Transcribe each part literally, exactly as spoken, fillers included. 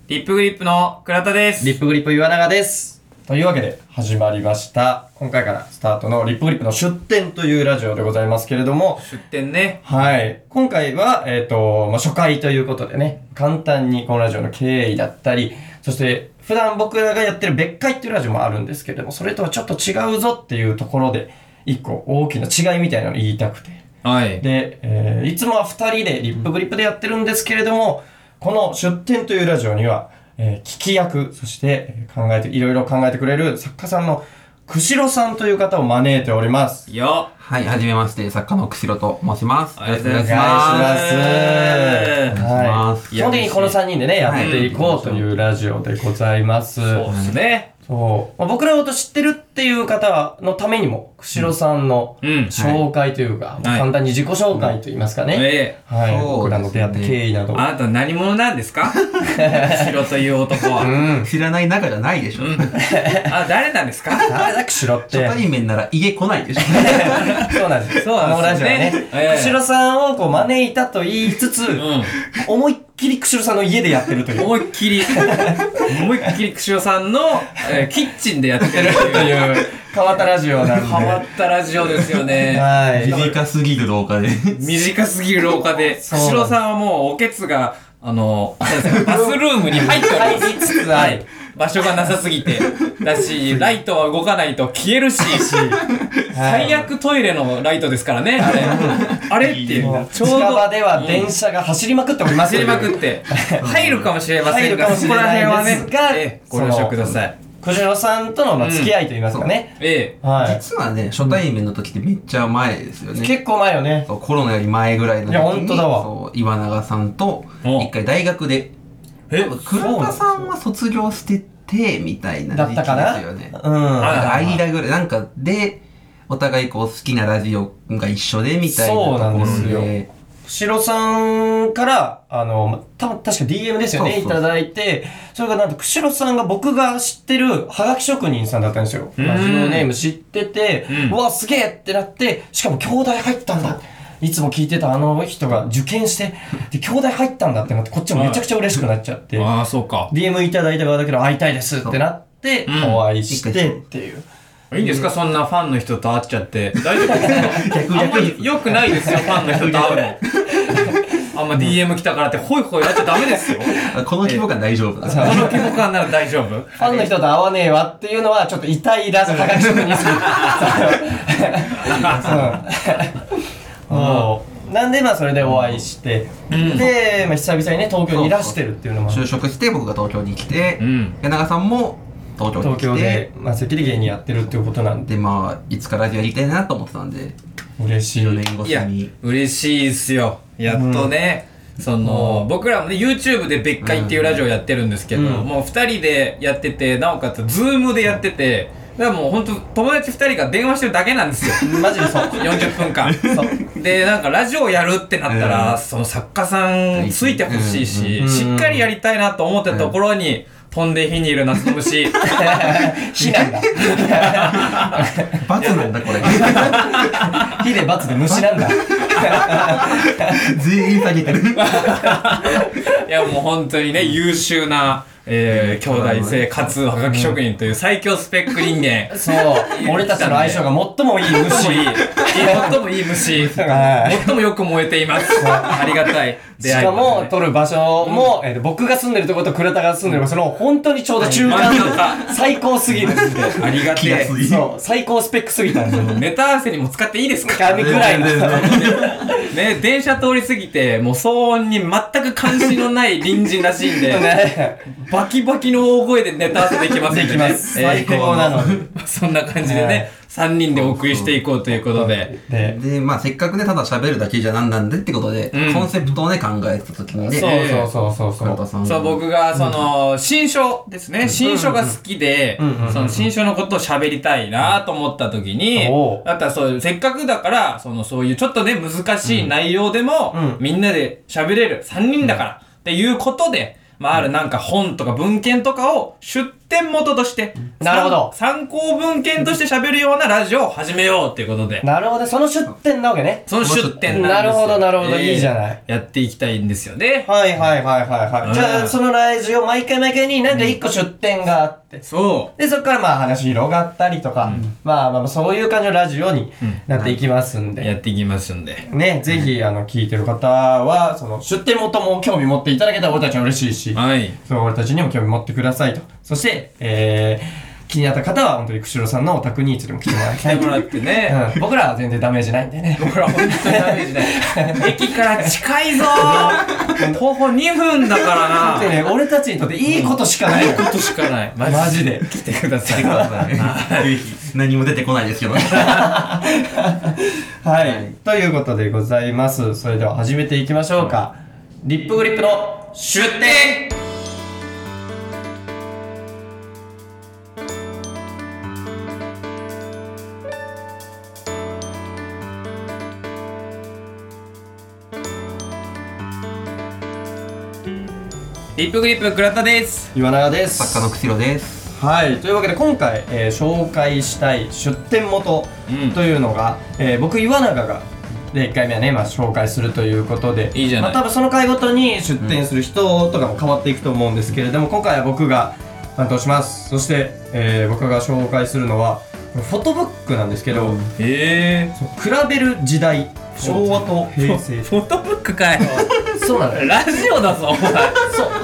リップグリップの倉田です。 リップグリップ岩永です。というわけで始まりました。今回からスタートのリップグリップの出展というラジオでございますけれども。 出展ね。 はい。今回は、えっと、まあ、初回ということでね、簡単にこのラジオの経緯だったり、そして普段僕らがやってる別会っていうラジオもあるんですけれども、それとはちょっと違うぞっていうところで、一個大きな違いみたいなのを言いたくて。 はい。 で、えー、いつもは二人でリップグリップでやってるんですけれども、この出展というラジオには、えー、聞き役、そして考えて、いろいろ考えてくれる作家さんの釧路さんという方を招いております。 よはい、はじめまして、作家の釧路と申します。 ありがとうございます。 お願いします。 お願いします。 基本的にこのさんにんでね、やっていこうというラジオでございます。 そうですね。 そう。まあ、僕らのこと知ってるっていう方のためにも、釧路さんの紹介というか、 うんはい、 簡単に自己紹介といいますかね。 ええはい。 ね、 僕らの出会った経緯など。 あなた何者なんですか釧路という男は。 うん。 知らない仲じゃないでしょ。うん、 あ、誰なんですか誰だ釧路って。 初対面なら家来ないでしょ。 そうなんです。 そうなんですよね。 このラジオね。えー、釧路さんをこう招いたと言いつつ、うん、思いっきり釧路さんの家でやってるという。 思いっきり、思いっきり釧路さんの、えー、キッチンでやってるという変わったラジオなんで。 変わったラジオですよね。 はい。 短すぎる廊下で。 短すぎる廊下で。釧路さんはもうおけつが、あの、バスルームに入っております。 入りつつある。 場所がなさすぎて。だし、ライトは動かないと消えるし、最悪トイレのライトですからね、あれ。あれっていう。 ちょうど近場では電車が走りまくっております。 走りまくって。入るかもしれませんが、 そこら辺はね、 ご了承ください。 釧路さんとの付き合いといいますかね。 ええ。はい。実はね、初対面の時ってめっちゃ前ですよね。 結構前よね。 そう、コロナより前ぐらいの時に。いや、 本当だわ。 そう、岩永さんと、一回大学で、え、倉田さんは卒業してて、みたいな時期ですよね。 うん。 間ぐらい、なんかで、お互いこう好きなラジオが一緒で、みたいなところで。そうなんですよ。 釧路さんから、あの、た、確か ディーエム ですよね、いただいて、それがなんと、釧路さんが僕が知ってるハガキ職人さんだったんですよ。ラジオネーム知ってて、うわ、すげえってなって、しかも兄弟入ったんだ。いつも聞いてたあの人が受験して、で、兄弟入ったんだってなって、こっちもめちゃくちゃ嬉しくなっちゃって。 ああ、そうか。 ディーエム いただいた側だけど会いたいですってなって、お会いしてっていう。 いいんですかそんなファンの人と会っちゃって。大丈夫ですか逆逆に。良くないですよ、ファンの人と会うの。あんま ディーエム 来たからってホイホイやっちゃダメですよ。 この規模感大丈夫だ。 この規模感なら大丈夫。ファンの人と会わねえわっていうのはちょっと痛いラジオハガキ職人すぎる。そう。なんでまあそれでお会いして、うん、で、まあ、久々にね東京にいらしてるっていうのも就職して僕が東京に来て、うん、柳永さんも東京に来て東京で、まあ、赤痢芸人やってるっていうことなんででまあいつかラジオやりたいなと思ってたんで嬉しいよねんごに。いや嬉しいっすよやっとね、うん、その僕らもね YouTube で別会っていうラジオやってるんですけど、うん、もうふたりでやっててなおかつ Zoom でやっててだからもうほんと友達ふたりが電話してるだけなんですよマジでそうよんじゅっぷんかんそうでなんかラジオやるってなったら、うん、その作家さんついてほしいし、うん、しっかりやりたいなと思ったところに、うん飛んで火にいる夏の虫。 火なんだ。 罰なんだこれ。 火で罰で虫なんだ。 全員下げてる。 いやもう本当にね優秀な。えー、兄弟生かつはがき職人という最強スペック人間。 そう。俺たちの相性が最もいい虫。 最もいい。最もいい虫。最もよく燃えています。ありがたい出会い。しかも、撮る場所も、うんえー、僕が住んでるところと倉田が住んでる場所の本当にちょうど中間の最高すぎる。 ありがてえ。 そう。最高スペックすぎたんですよ。 ネタ合わせにも使っていいですか紙くらいの。 ね、電車通り過ぎて、もう騒音に全く関心のない隣人らしいんで。バキバキの大声でネタ合わせできますんでね。 できます。最高なのに。 そんな感じでね、さんにんでお送りしていこうということで。 で、でまあせっかくね、ただ喋るだけじゃなんなんでってことで、うん、コンセプトをね、考えてた時にね。 そうそうそうそうそう。 そう、僕が、その、新書ですね。新書が好きで、その新書のことを喋りたいなと思った時に、だったらそういう、せっかくだから、その、そういうちょっとね、難しい内容でも、みんなで喋れるさんにんだからっていうことで、まあ、あるなんか本とか文献とかを出典元として、 なるほど。 参考文献として喋るようなラジオを始めようっていうことで。 なるほど、その出典なわけね。 その出典なんですよ。 なるほど、なるほど、いいじゃない。 やっていきたいんですよね。 はいはいはいはいはい。じゃあ、そのラジオ、毎回毎回になんか一個出典があって。 そう。 で、そこからまあ話広がったりとか、まあまあそういう感じのラジオになっていきますんで。 やっていきますんで。 ね、ぜひ、あの、聞いてる方は、その、出典元も興味持っていただけたら俺たちは嬉しいし、 はい。 そう、俺たちにも興味持ってくださいと。そして、えー、気になった方は、本当に釧路さんのお宅にいつでも来てもらいたい。 来てもらってね。 うん。僕らは全然ダメージないんでね。 僕ら本当にダメージない。駅から近いぞー徒歩にふんだからな。 だってね、俺たちにとっていいことしかない。 いいことしかない。 マジで。 来てください。 何も出てこないですけど。 はい。ということでございます。それでは始めていきましょうか。リップグリップの出典。 リップグリップ倉田です。 岩永です。 作家の釧路です。 はい。というわけで今回、えー、紹介したい出典元というのが、うん、えー、僕岩永がでいっかいめはね、まあ、紹介するということで、 いいじゃない。 まあ、多分その回ごとに出展する人とかも変わっていくと思うんですけれども、うん、今回は僕が担当します。そして、えー、僕が紹介するのはフォトブックなんですけど、うん、 へえ。 比べる時代、昭和と平成。 フォトブックかよ。 そうなのよ。 ラジオだぞお前。そう。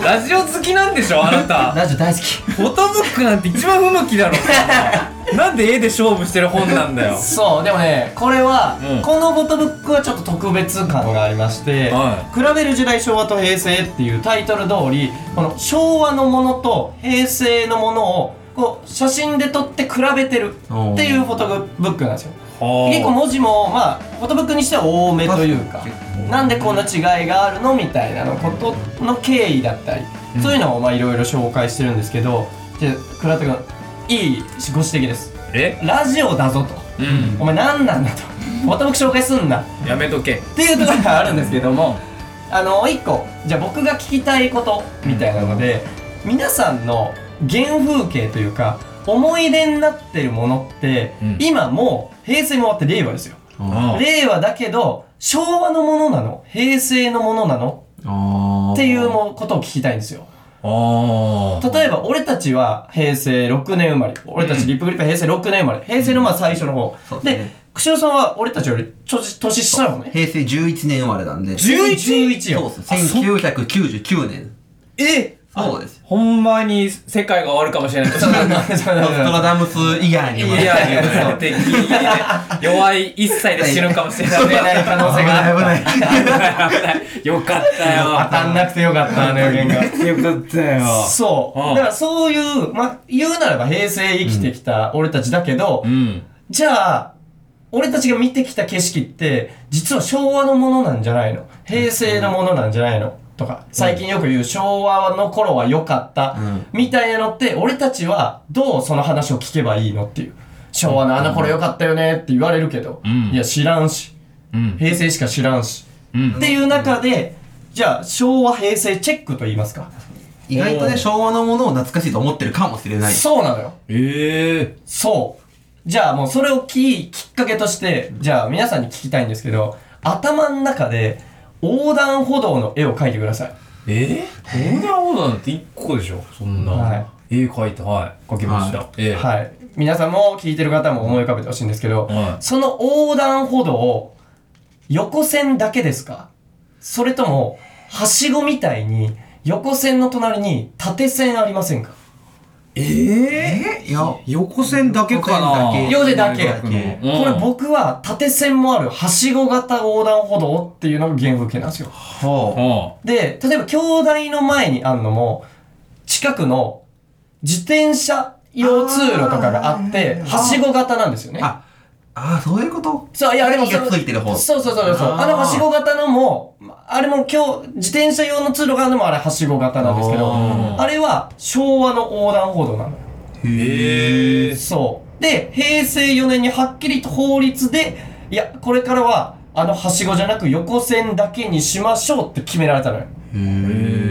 ラジオ好きなんでしょあなた。 ラジオ大好き。 フォトブックなんて一番不向きだろ。なんで絵で勝負してる本なんだよ。 そう、でもね、これは、 うん、 このフォトブックはちょっと特別感がありまして、はい、比べる時代昭和と平成っていうタイトル通り、この昭和のものと平成のものをこう写真で撮って比べてるっていうフォトブックなんですよ。結構文字もまあフォトブックにしては多めというか、なんでこんな違いがあるのみたいなのことの経緯だったり、うん、そういうのをまあいろいろ紹介してるんですけど、じゃあ倉田君いいご指摘です。 えラジオだぞと、うん、お前何なんだとフォトブック紹介すんなやめとけっていうところがあるんですけども、あの一個じゃあ僕が聞きたいことみたいなので、皆さんの原風景というか思い出になってるものって、うん、今もう平成も終わって令和ですよ。令和だけど昭和のものなの平成のものなのっていうことを聞きたいんですよ。あ例えば俺たちは平成ろくねん生まれ、俺たちリップグリップは平成ろくねん生まれ、平成のまあ最初の方、うん、で、ね、釧路さんは俺たちより年年下なのね。 平成じゅういちねん生まれなんで。 じゅういち?じゅういち よ。 そうです。せんきゅうひゃくきゅうじゅうきゅうねん。 えそうです。 ほんまに世界が終わるかもしれない。 ノストラダムス以外にも。 いやいや、そう敵弱いいっさいで死ぬかもしれない。 危ない可能性が危ない。 危ない危ない。よかったよ。 当たんなくてよかった、あの予言が。 よかったよ。 そう。だからそういう、ま、言うならば平成生きてきた俺たちだけど、うん、じゃあ、俺たちが見てきた景色って、実は昭和のものなんじゃないの？平成のものなんじゃないの？とか、最近よく言う昭和の頃は良かった、うん、みたいなのって、俺たちはどうその話を聞けばいいのっていう。昭和のあの頃良かったよねって言われるけど、うん、いや知らんし、うん、平成しか知らんし、うん、っていう中で、じゃあ昭和平成チェックと言いますか。 意外とね、昭和のものを懐かしいと思ってるかもしれない。 そうなのよ。 ええー。 そう。じゃあもうそれをききっかけとして、じゃあ皆さんに聞きたいんですけど、頭の中で横断歩道の絵を描いてください。 えー、横断歩道なんていっこでしょそんな。はい。絵描いて、はい。描きました。はい。えー、 はい。皆さんも聞いてる方も思い浮かべてほしいんですけど、はい、その横断歩道を横線だけですか？それとも、はしごみたいに横線の隣に縦線ありませんか？ ええー、いや、横線だけかな。 横線だけ。これ僕は縦線もあるはしご型横断歩道っていうのが原風景なんですよ。はあ、で、例えば京大の前にあるのも、近くの自転車用通路とかがあって、はしご型なんですよね。 あああ、そういうこと？ そう、いや、あれもそう。ついてる方。 そうそうそうそう。あのはしご型のも、あれも今日、自転車用の通路があるのもあれはしご型なんですけど、あれは昭和の横断歩道なのよ。 へー。 そう。で、平成よねんにはっきりと法律で、いや、これからは、あのはしごじゃなく横線だけにしましょうって決められたのよ。へー。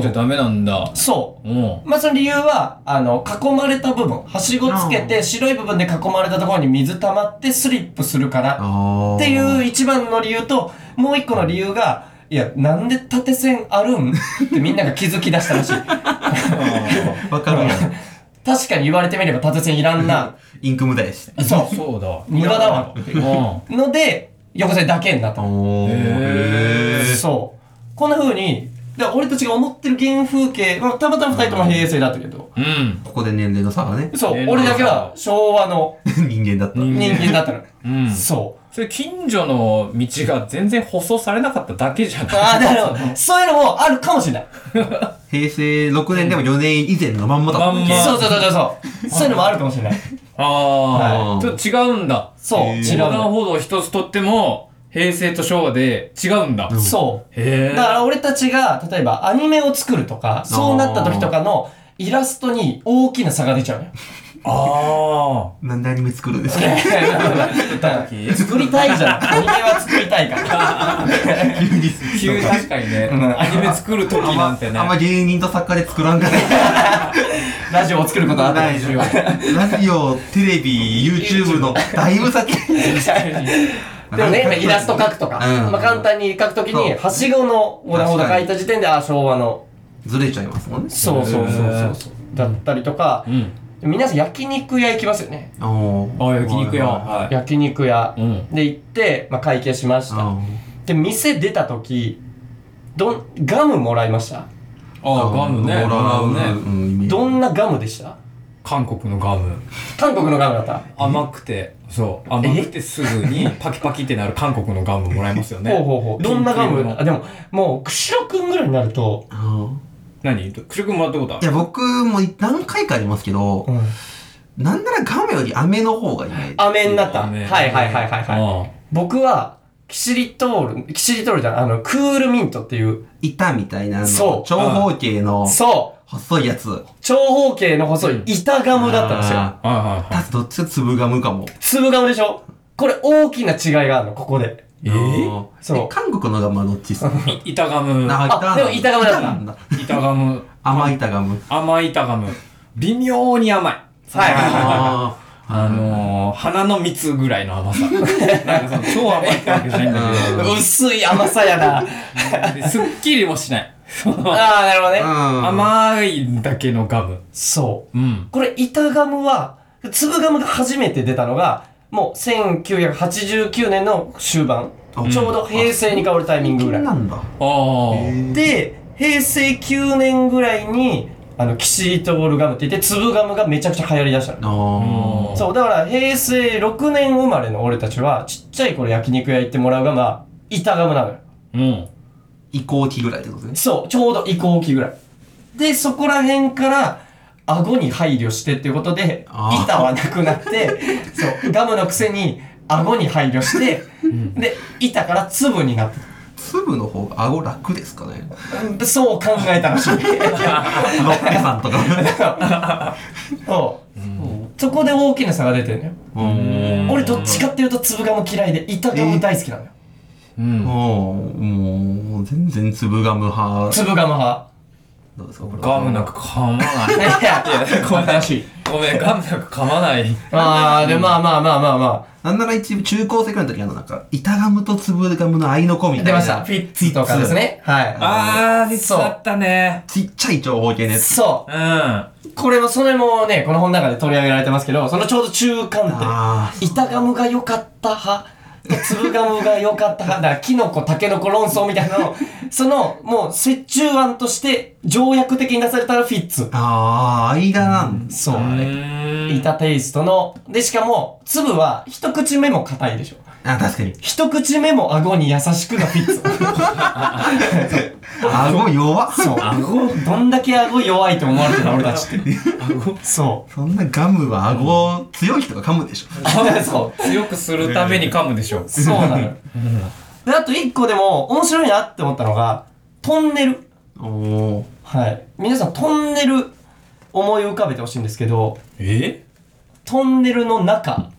じゃダメなんだ。 そううんまあその理由はあの囲まれた部分はしごつけて白い部分で囲まれたところに水溜まってスリップするからっていう一番の理由ともう一個の理由がいやなんで縦線あるんってみんなが気づき出したらしいわかるやん。 確かに言われてみれば縦線いらんなインク無駄やし。 そうそうだ。 無駄だわっていううんので横線だけになったおー。へー。 そうこんな風にで俺たちが思ってる原風景、まあ、たまたまふたりとも平成だったけど、 うんここで年齢の差がね。 そう、 えー俺だけは昭和の人間だった。 人間だったの。 うんそそれ近所の道が全然舗装されなかっただけじゃう。 ない。 ああ、なるほど。そういうのもあるかもしれない。 平成ろくねんでもよねん以前のまんまだったまんまそうそうそうそう。そういうのもあるかもしれない。 ああ、 はいちょっと違うんだ。 そう、 へー違う横断の。 歩道一つとっても平成と昭和で違うんだ。 そう。 へえ。 だから俺たちが、例えばアニメを作るとか、そうなった時とかのイラストに大きな差が出ちゃうのよ。 あなんでアニメ作るんですか作りたいじゃん。アニメは作りたいから。 急に。 あ、急に確かにね、 うんアニメ作る時あんまなんてね。 あんま芸人と作家で作らんから。 ラジオを作ることはあったんですよ。 ラジオ、テレビ、YouTube のだいぶ先。 でもね、今イラスト描くとか、 うんまあ簡単に描くときに、はしごの横断歩道描いた時点で、あ、昭和の。 ずれちゃいますもんね。 そうそうそうそうそう。だったりとか、 うん。 皆さん焼肉屋行きますよね。 おー。 あ、焼肉屋。は焼肉屋い。うん。 で行って、まあ、会計しました。 あで、店出た時、どん、ガムもらいました。 ああ、ガムね。 もらうね。 ね。 うんイメージどんなガムでした韓国のガム。 韓国のガムだった。 甘くて、そう。甘くてすぐにパキパキってなる韓国のガムもらえますよね。 ほうほうほう。どんなガピンク色のムあ、でも、もう、釧路くんぐらいになると、 あー何くしくんもらったことあるいや、僕も何回かありますけどう、ん。 なんならガムより飴の方がいいね。 飴になった。はい飴はいはいはいはい。僕は、キシリトール、キシリトールじゃない、あの、クールミントっていう、 板みたいなあの、 そう長方形のそう細いやつ。 長方形の細い板ガムだったんですよ。 あはいはいはい。 たどっちが粒ガムかも。 粒ガムでしょこれ大きな違いがあるの、ここで。 えーそうえ韓国のガムはどっちっすかい板ガム。 あでも板ガムだったなんだ。 板ガム。 甘い板ガム。 甘い板ガム。微妙に甘い。 はいはいはいああのー、鼻の蜜ぐらいの甘さ。なんかその超甘いってわけじゃないんだけど。 薄い甘さやな。 ですっきりもしない。そのああ、なるほどね。 ー甘いだけのガム。 そう。 うん。 これ板ガムは、粒ガムが初めて出たのが、もうせんきゅうひゃくはちじゅうきゅうねんの終盤。 あちょうど平成に変わるタイミングぐらい。 なんだ。 ああ。 で、平成きゅうねんぐらいに、あの、キシリトールガムって言って、粒ガムがめちゃくちゃ流行りだしたの。 あそう、だから平成ろくねん生まれの俺たちは、ちっちゃい頃焼肉屋行ってもらうガムは、板ガムなのよ。 うん。 移行期ぐらいってことですね。 そう、ちょうど移行期ぐらい。で、そこら辺から、顎に配慮してっていうことであ、ー板はなくなって、そう、ガムのくせに、顎に配慮して、で、板から粒になって粒の方が顎楽ですかね。 た。そう考えたらしい。 ロッケさんとか。 そう。そこで大きな差が出てるのよ。 うん俺どっちかっていうと粒ガム嫌いで、板ガム大好きなのよ。 うん。 もう、もう、全然粒ガム派。 粒ガム派。 どうですかこれはガムなんか噛まない。 いや、いや、こんな話。 ごめん、ガムなんか噛まない。 ああ、で、まあまあまあまあまなんなら一部中高生くらいの時あのなんか、板ガムと粒ガムの合いの子みあ。 たいな。 出ました。フィッツとかですね。はい。 あー、見つかったね。 ちっちゃい長方形のやつ。 そうん。あう。これも、それもね、この本の中で取り上げられてますけど、そのちょうど中間あ点。板ガムが良かった派、粒ガムが良かった派、だからキノコ、タケノコ論争みたいなのを、その、もう折衷案として条約的に出されたらフィッツ。 あー、間なんだ。 そう。 ーん。 板テイストの、で、しかも、粒は一口目も硬いでしょ。 あ、確かに。 一口目も顎に優しくがフィッツ。 顎弱っ。 そう。顎どんだけ顎弱いと思われてるの俺たちって。顎そう。 そんなガムは顎強い人が噛むでしょ。 そう。 強くするために噛むでしょ。 そうなのよ。で、あと一個でも面白いなって思ったのが、トンネル。 おー。 はい。皆さんトンネル思い浮かべてほしいんですけど、 えトンネルの中、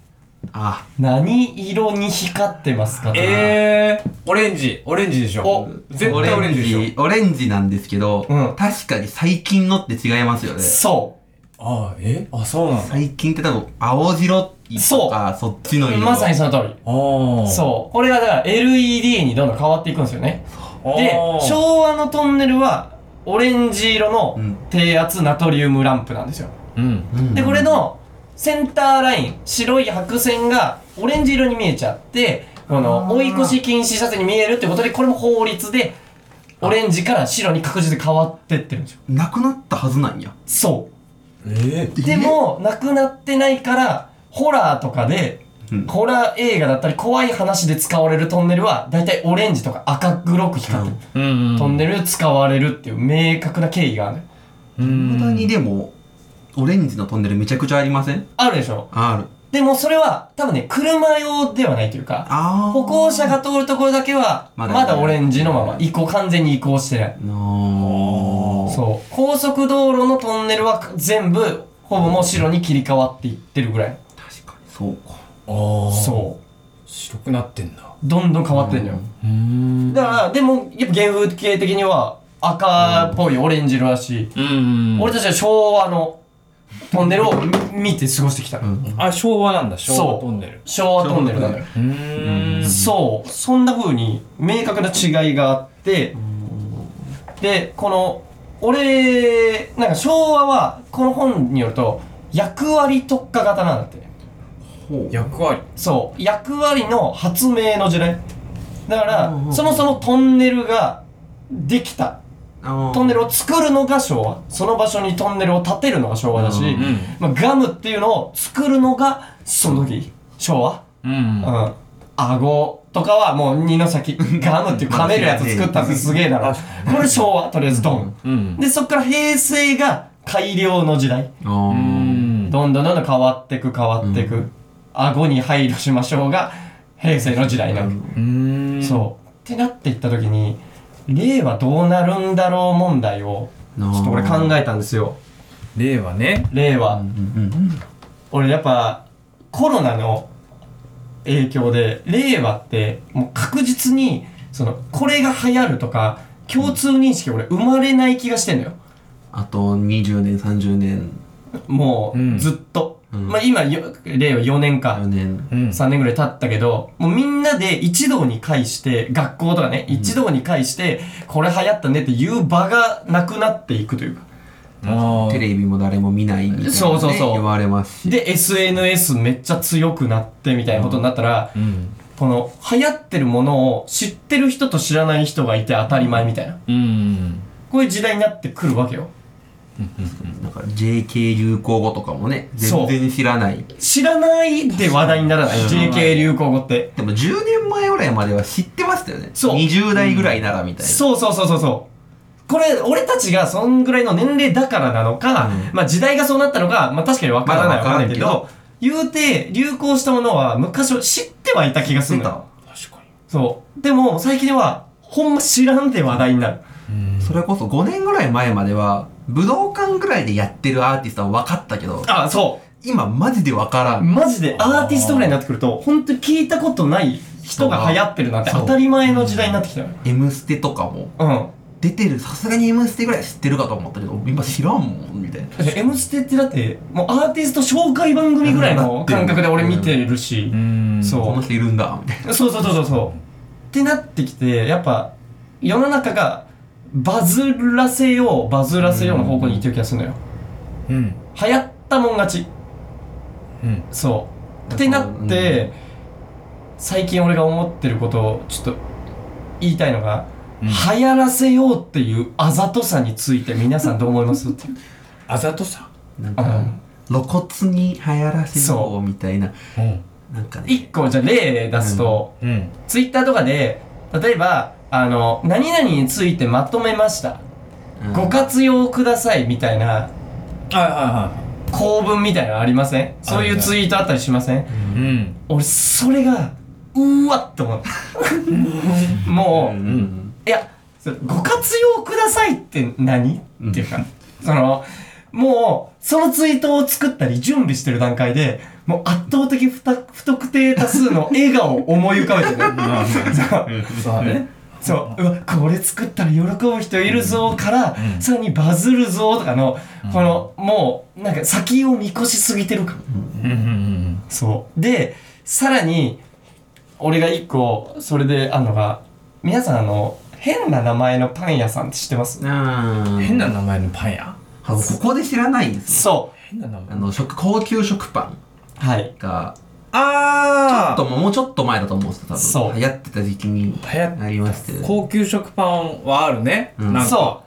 あ、 何色に光ってますかとか。 えー、オレンジ。オレンジでしょ。 お絶対オレンジでしょ。 オレンジなんですけど、 うん確かに最近のって違いますよね。 そあー、えあ、そうなんだ。 最近って多分、青白いとか、そっちのう。 色。 まさにその通り。 あー。 そう。これがだから エルイーディー にどんどん変わっていくんですよね。で、 あー昭和のトンネルは、オレンジ色のうん低圧ナトリウムランプなんですよ。 うん。 うんで、これ、のセンターライン、白い白線がオレンジ色に見えちゃって、この追い越し禁止車線に見えるってことで、これも法律で、オレンジから白に確実に変わってってるんですよ。 なくなったはずなんや。 そえう。でも、なくなってないから、ホラーとかで、 うんホラー映画だったり怖い話で使われるトンネルは、だいたいオレンジとか赤黒く光ってる。 うんうん。 トンネル使われるっていう明確な経緯がある。 うん。 無駄にでも、オレンジのトンネルめちゃくちゃありません？ あるでしょ。 ある。 でもそれは多分ね、車用ではないというか、 あー。 歩行者が通るところだけは、ままだだオレンジのまま移行、完全に移行してない。 のー。 そう。高速道路のトンネルは全部、ほぼもう白に切り替わっていってるぐらい。 確かに、そうか。 あー。 そう。 白くなってんだ。 どんどん変わってんのよ。 うーん。 だから、でも、やっぱ原風景的には赤っぽいオレンジ色だし、 うん。 俺たちは昭和のトンネルを見見て過ごしてきたの。 うん。 あ、昭和なんだ、昭そう和トンネル。 昭和トンネルなのよ。 うーん。 そう。そんな風に明確な違いがあって、で、この、俺、なんか昭和は、この本によると、役割特化型なんだって。 ほう。 役割。 そう。役割の発明の時代。だからうんうんう、んそもそもトンネルができた。トトンネルを作るのが昭和。その場所にトンネルを建てるのが昭和だし、 うんうん。 まあ、ガムっていうのを作るのがその時、昭和。 うん。 うん。顎とかはもう二の先。ガムっていう噛めるやつ作ったってすげえだろ。これ昭和、とりあえずドン。 うん。 で、そっから平成が改良の時代。 あうー。 ん。 どんどんどんどん変わってく変わってく。 う顎に配慮しましょうが平成の時代なわけ。 うーん。 そう。ってなっていった時に、令和どうなるんだろう問題を、ちょっと俺考えたんですよ。 令和ね。 令和。 うんうん俺やっぱ、コロナの影響で、令和ってもう確実に、その、これが流行るとか、共通認識俺生まれない気がしてんのよ。 あとにじゅうねん、さんじゅうねん、 もう、 うんずっと。 うんまあ今よ、令和よねんかよ。ねん。 うん。 さんねんぐらい経ったけど、もうみんなで一堂に会して、学校とかね、一堂に会して、これ流行ったねっていう場がなくなっていくというか。 あテレビも誰も見ないみたいな、ね、 そうそうそう言われますし。 で、エスエヌエス めっちゃ強くなってみたいなことになったら、 うん。 この流行ってるものを知ってる人と知らない人がいて当たり前みたいな。 うん。 こういう時代になってくるわけよ。 だから ジェーケー 流行語とかもね、 そう全然知らない。 知らないで話題にならない。 うんジェーケー 流行語って。 でもじゅうねんまえぐらいまでは知ってましたよね。 そうにじゅう代ぐらいならみたいな。 そうそうそうそうそう。これ、俺たちがそんぐらいの年齢だからなのか、 うんまあ時代がそうなったのか、まあ確かにわからないわまだからないけわからんど、言うて流行したものは昔は知ってはいた気がする知ってんだよ。 た。 確かそう。でも最近は、ほんま知らんで話題になる。 に。 それこそごねんぐらい前までは、武道館ぐらいでやってるアーティストは分かったけど、 あ、そ今マジで分からう。 ん。 マジでアーティストぐらいになってくると、本当に聞いたことない人が流行ってるなんてそう当たり前の時代になってきたよ。 M ステとかもうん。 出てる、さすがに M ステぐらい知ってるかと思ったけど、今知らんもん、みたいな。 だって M ステってだって、もうアーティスト紹介番組ぐらいの感覚で俺見てるしう、ん。 そうこの人いるんだ、みたいな。 そうそうそうそうそう。ってなってきて、やっぱ、世の中がバズらせよう、バズらせようの方向に行ってる気がするのよ。 うん。 流行ったもん勝ち。 うん。 そう。ってなって、最近俺が思ってることをちょっと言いたいのが、 うん流行らせようっていうあざとさについて皆さんどう思いますっていう。 あざとさ。 なんか、露骨に流行らせよそううみたいな。 うん。 なんかね。 一個じゃあ例出すと、 うん。 ツイッターとかで、例えば、あの、何々についてまとめました。 うんご活用くださいみたいなはいは構文みたいなのありません？そういうツイートあったりしません？ いはい。うん。 俺、それが、うーわって思う。もう、 うんいや、それご活用くださいって何、 うんっていうか、その、 もう、そのツイートを作ったり準備してる段階で、もう圧倒的不た不特定多数の笑顔を思い浮かべてね。 そうね。 そう、うわ、これ作ったら喜ぶ人いるぞから、うん、さらにバズるぞとかの、うん、この、もう、なんか先を見越しすぎてるか。うん、そう。で、さらに、俺が一個、それであるのが、皆さんあの、変な名前のパン屋さんって知ってます？ 変な名前のパン屋？ ここで知らないんですよ。 そう。 変な名前。 あの、食、高級食パン。 はい。 が、 あーちょっともうちょっと前だと思うんですよ、多分。 そう。 流行ってた時期に。 流行ありまして。 高級食パンはあるね。うん、なんかそう。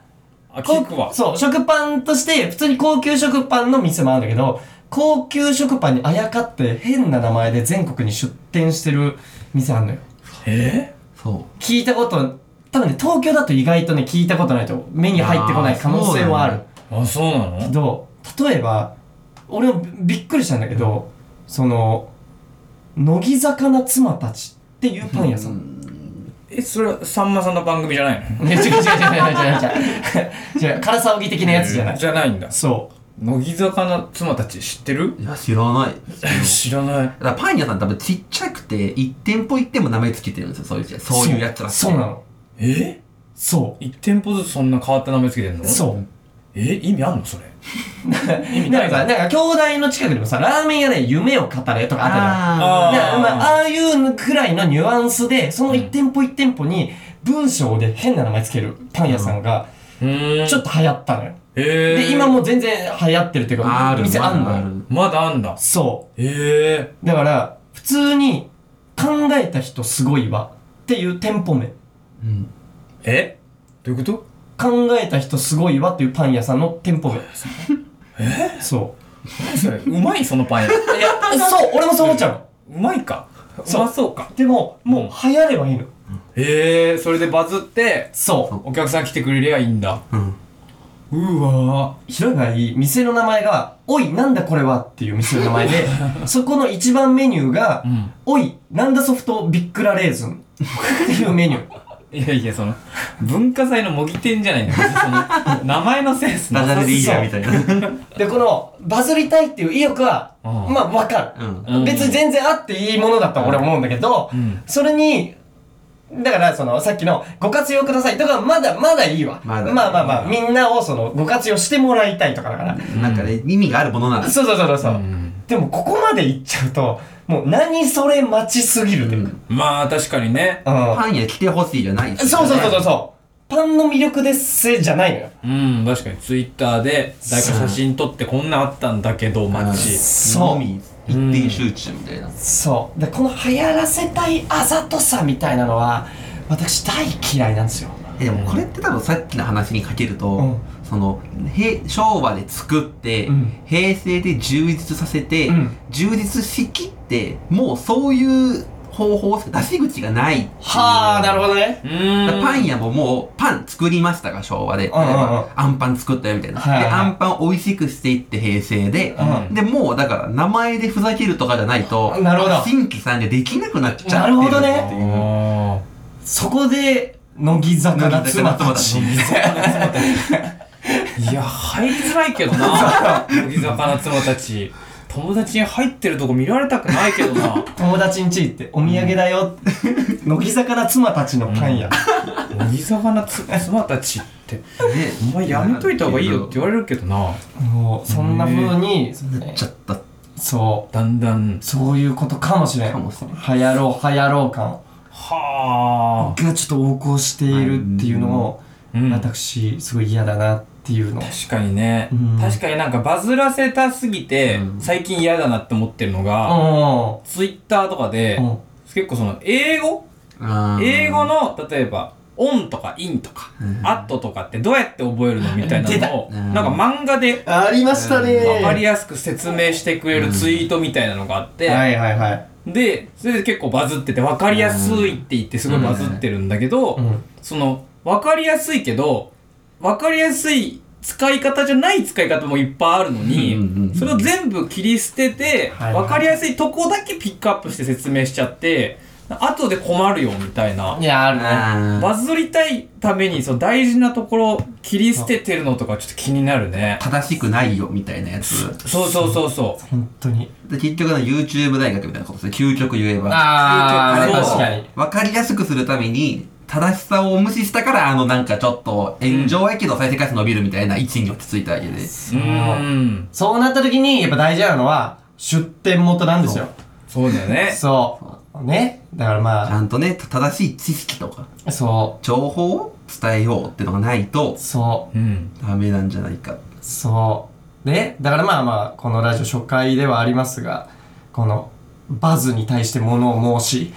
あ、聞くわ。 そう。食パンとして、普通に高級食パンの店もあるんだけど、高級食パンにあやかって変な名前で全国に出店してる店あるのよ。 えー、そう。 聞いたこと、多分ね、東京だと意外とね、聞いたことないと目に入ってこない可能性はある。 あ、そうなの？ けど、例えば、俺もびっくりしたんだけど、その、乃木坂な妻たちっていうパン屋さん。 え、それはさんまさんの番組じゃないの？ 違う違う違う違う違う違う。違う、唐沢木的なやつじゃない。 じゃないんだ。 そう。 乃木坂の妻たち知ってる？ いや、知らない。 知らない。だからパン屋さん多分ちっちゃくて、一店舗一店舗名前つけてるんですよ、そういう、そういうやつらって。 そうなの。 え？ そう。 一店舗ずつそんな変わった名前つけてんの？ そう。 え、意味あんのそれ？ 意味ないか。なんか、兄弟の近くでもさ、ラーメン屋で夢を語れとかあったじゃん。ああ、まあ、ああいうくらいのニュアンスで、その一店舗一店舗に文章で変な名前つけるパン屋さんが、ちょっと流行ったのよ。 へで、今も全然流行ってるっていうか、店あんのよ。 まだあんだ。 そう。 へえ。 だから、普通に考えた人すごいわっていう店舗名。 うん。 え？どういうこと？ 考えた人すごいわっていうパン屋さんの店舗名。 え？ そう。 それ、うまいそのパン屋。いや、そう、俺もそう思っちゃうの。 うまいか。うまそうか。 でも、もう流行ればいいの。 へえ、それでバズって、 そう。 お客さん来てくれりゃいいんだ。うん。うわぁ。 広い場合、店の名前が、おい、なんだこれはっていう店の名前で、そこの一番メニューが、うん、おい、なんだソフトビックラレーズンっていうメニュー。 いやいや、その、文化祭の模擬店じゃないんだよ。その、名前のセンスなさそう。でいいや、みたいな。 で、この、バズりたいっていう意欲は、うん、まあ、わかる、うん。別に全然あっていいものだと俺は思うんだけど、うん、それに、だから、その、さっきの、ご活用くださいとか、まだ、まだいいわ。まだまあまあまあ、みんなを、その、ご活用してもらいたいとかだから。 なんかね、意味があるものなんだ。 そうそうそうそう。うん、でも、ここまでいっちゃうと、もう、何それ待ちすぎるで、うん。 まあ、確かにね。 うん。パン屋来てほしいじゃないですよね。そうそうそうそう。パンの魅力ですじゃないのよ。 うん、確かに。ツイッターで、誰か写真撮ってこんなあったんだけど、街。 そう。 一点集中みたいな。 そう。で、この流行らせたいあざとさみたいなのは、私大嫌いなんですよ。 でもこれって多分さっきの話にかけると、うん、その昭和で作って、うん、平成で充実させて、うん、充実しきってもうそういう方法出し口がないっていう。 はあ、なるほどね。 パン屋ももうパン作りましたが昭和で、例えばあんパン作ったよみたいな、はいはい、であんパン美味しくしていって平成で、うん、でもうだから名前でふざけるとかじゃないと、 なるほど、 新規さんでできなくなっちゃってるっていう。 なるほどね。そこで乃木坂な妻たち。いや、入りづらいけどな。乃木坂な妻たち。友達に入ってるとこ見られたくないけどな。 友達んち行ってお土産だよ。乃木坂な妻たちのパン屋。 乃木坂な妻たちって、ね、お前やめといた方がいいよって言われるけどな。 もうそんな風になっちゃった。 そう。 だんだんそういうことかもしれん。流行ろう流行ろう感。はあ。がちょっと横行しているっていうのを、うん、私すごい嫌だなっていうの。 確かにね、うん、確かになんかバズらせたすぎて、うん、最近嫌だなって思ってるのが、うん、ツイッターとかで、うん、結構その英語、英語の例えばオンとかインとか、うん、アットとかってどうやって覚えるのみたいなのを、なんか漫画でありましたね、 分かりやすく説明してくれるツイートみたいなのがあって、 うん、はいはいはい。 で、それで結構バズってて、分かりやすいって言ってすごいバズってるんだけど、うんうん、その、分かりやすいけど、分かりやすい使い方じゃない使い方もいっぱいあるのに、うんうんうん、それを全部切り捨てて、はいはい、分かりやすいとこだけピックアップして説明しちゃって、 後で困るよみたいないやあるねあバズりたいためにそう大事なところ切り捨ててるのとかちょっと気になるね。 正しくないよみたいなやつそうそうそうそう本当にで結局の YouTube 大学みたいなことですね。究極言えばあーあれを確かに分かりやすくするために正しさを無視したからあのなんかちょっと炎上やけど再生回数伸びるみたいな位置に落ち着いたわけで、 うーんそうなった時にやっぱ大事なのは出典元なんですよそうだよね。 そうねだからちまゃんとね正しい知識とかあそ情報を伝えようってのがないとうそううんダメなんじゃないか。 そうねだからまあまあこのラジオ初回ではありますがこのバズに対して物を申し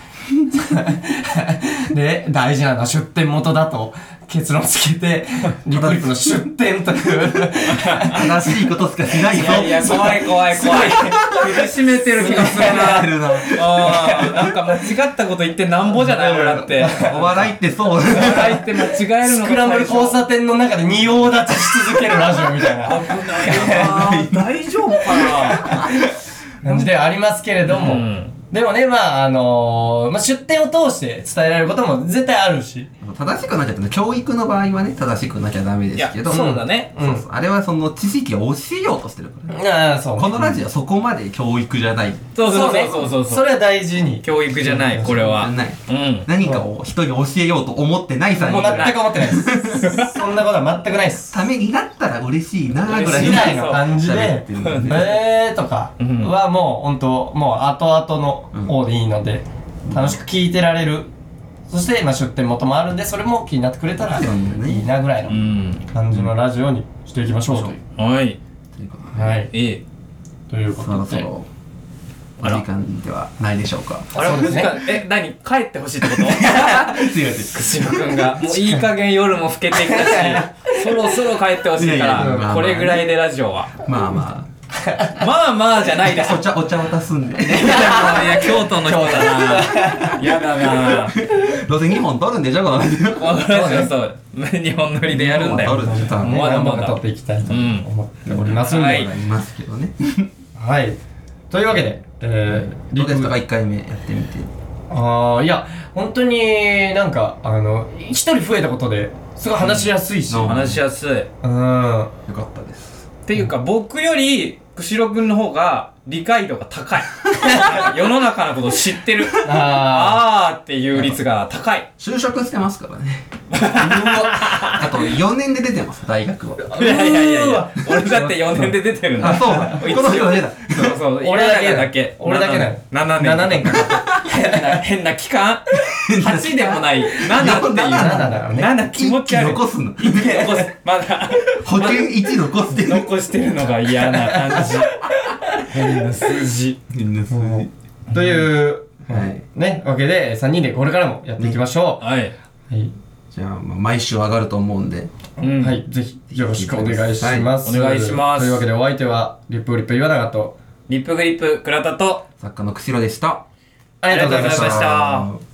で大事なのは出典元だと結論つけてリプリプの出典という正しいことしかしないよ。 いやいや怖い怖い怖い苦しめてる気がするな。 るな。 あーなんか間違ったこと言ってなんぼじゃない俺だってお笑いってそう。 笑いって間違えるのがスクランブル交差点の中で仁王立ちし続けるラジオみたいな危ないな大丈夫かな感じではありますけれども、 うんでもねまああのーまあ、出典を通して伝えられることも絶対あるし正しくなきゃね、教育の場合はね、正しくなきゃダメでいやすけど、 そうだねそうそうあれはその知識を教えようとしてるから。 ああそうこのラジオはそこまで教育じゃない。 そうそうねそうそうそうそれは大事に教育じゃないこれはない。 うん何かを人に教えようと思ってないさもうに全く思ってないですそんなことは全くないですためになったら嬉しいなぐらい嬉しいぐらいの感じ喋でってるんだねえーとかはもうほんともう後々の方でいいので楽しく聞いてられるそしてまあ出典元もあるんでそれも気になってくれたらいいなぐらいのうん感じのラジオにしていきましょうというはいということではいいいというこそろとでそろお時間ではないでしょうか。 あれそうですねお時間え何帰ってほしいってことすいません。 串野くんがもういい加減夜も更けてきたしそろそろ帰ってほしいかいやいやまあまあらこれぐらいでラジオはまあままあまあじゃないでしあ、 ょお茶、お茶渡すんで。 いや京都の人だなやだなどうせにほん取るんでしょ、このラジオ。 そうそう日本乗りでやるんだよ取るんでしょ、多分ねまだまだ何本か撮っていきたいと思っておりますんで、 ははいい、 いますけどね。 というわけで、えー、 どうですか、 リプいっかいめやってみて。 ああいや本当になんかあの一人増えたことですごい話しやすいし、 うん話しやすいっうん、 よかったです。 ていうか僕より釧路くんの方が理解度が高い世の中のことを知ってるああーっていう率が高い就職してますからね。あとよねんで出てます、大学は。 いやいやいやいや俺だってよねんで出てるんだあ、そうだ。この人出た。 そうそう俺だけ今だけ俺だけだよななあななねんかかった変な変な期間はちでもないななっていうななだよねなな気持ち悪い残すの。 残すまだ保険いち残してる。 残してるのが嫌な感じ変な数字みんなすごい。 という、 はいねわけでさんにんでこれからもやっていきましょう、 はいはいじゃあ、まあ毎週上がると思うんで。 うんはい、ぜひよろしくお願いします。 はいお願いしますというわけでお相手はリップグリップ岩永とリップグリップ倉田と作家の釧路でした。 ありがとうございました。 ありがとうございました。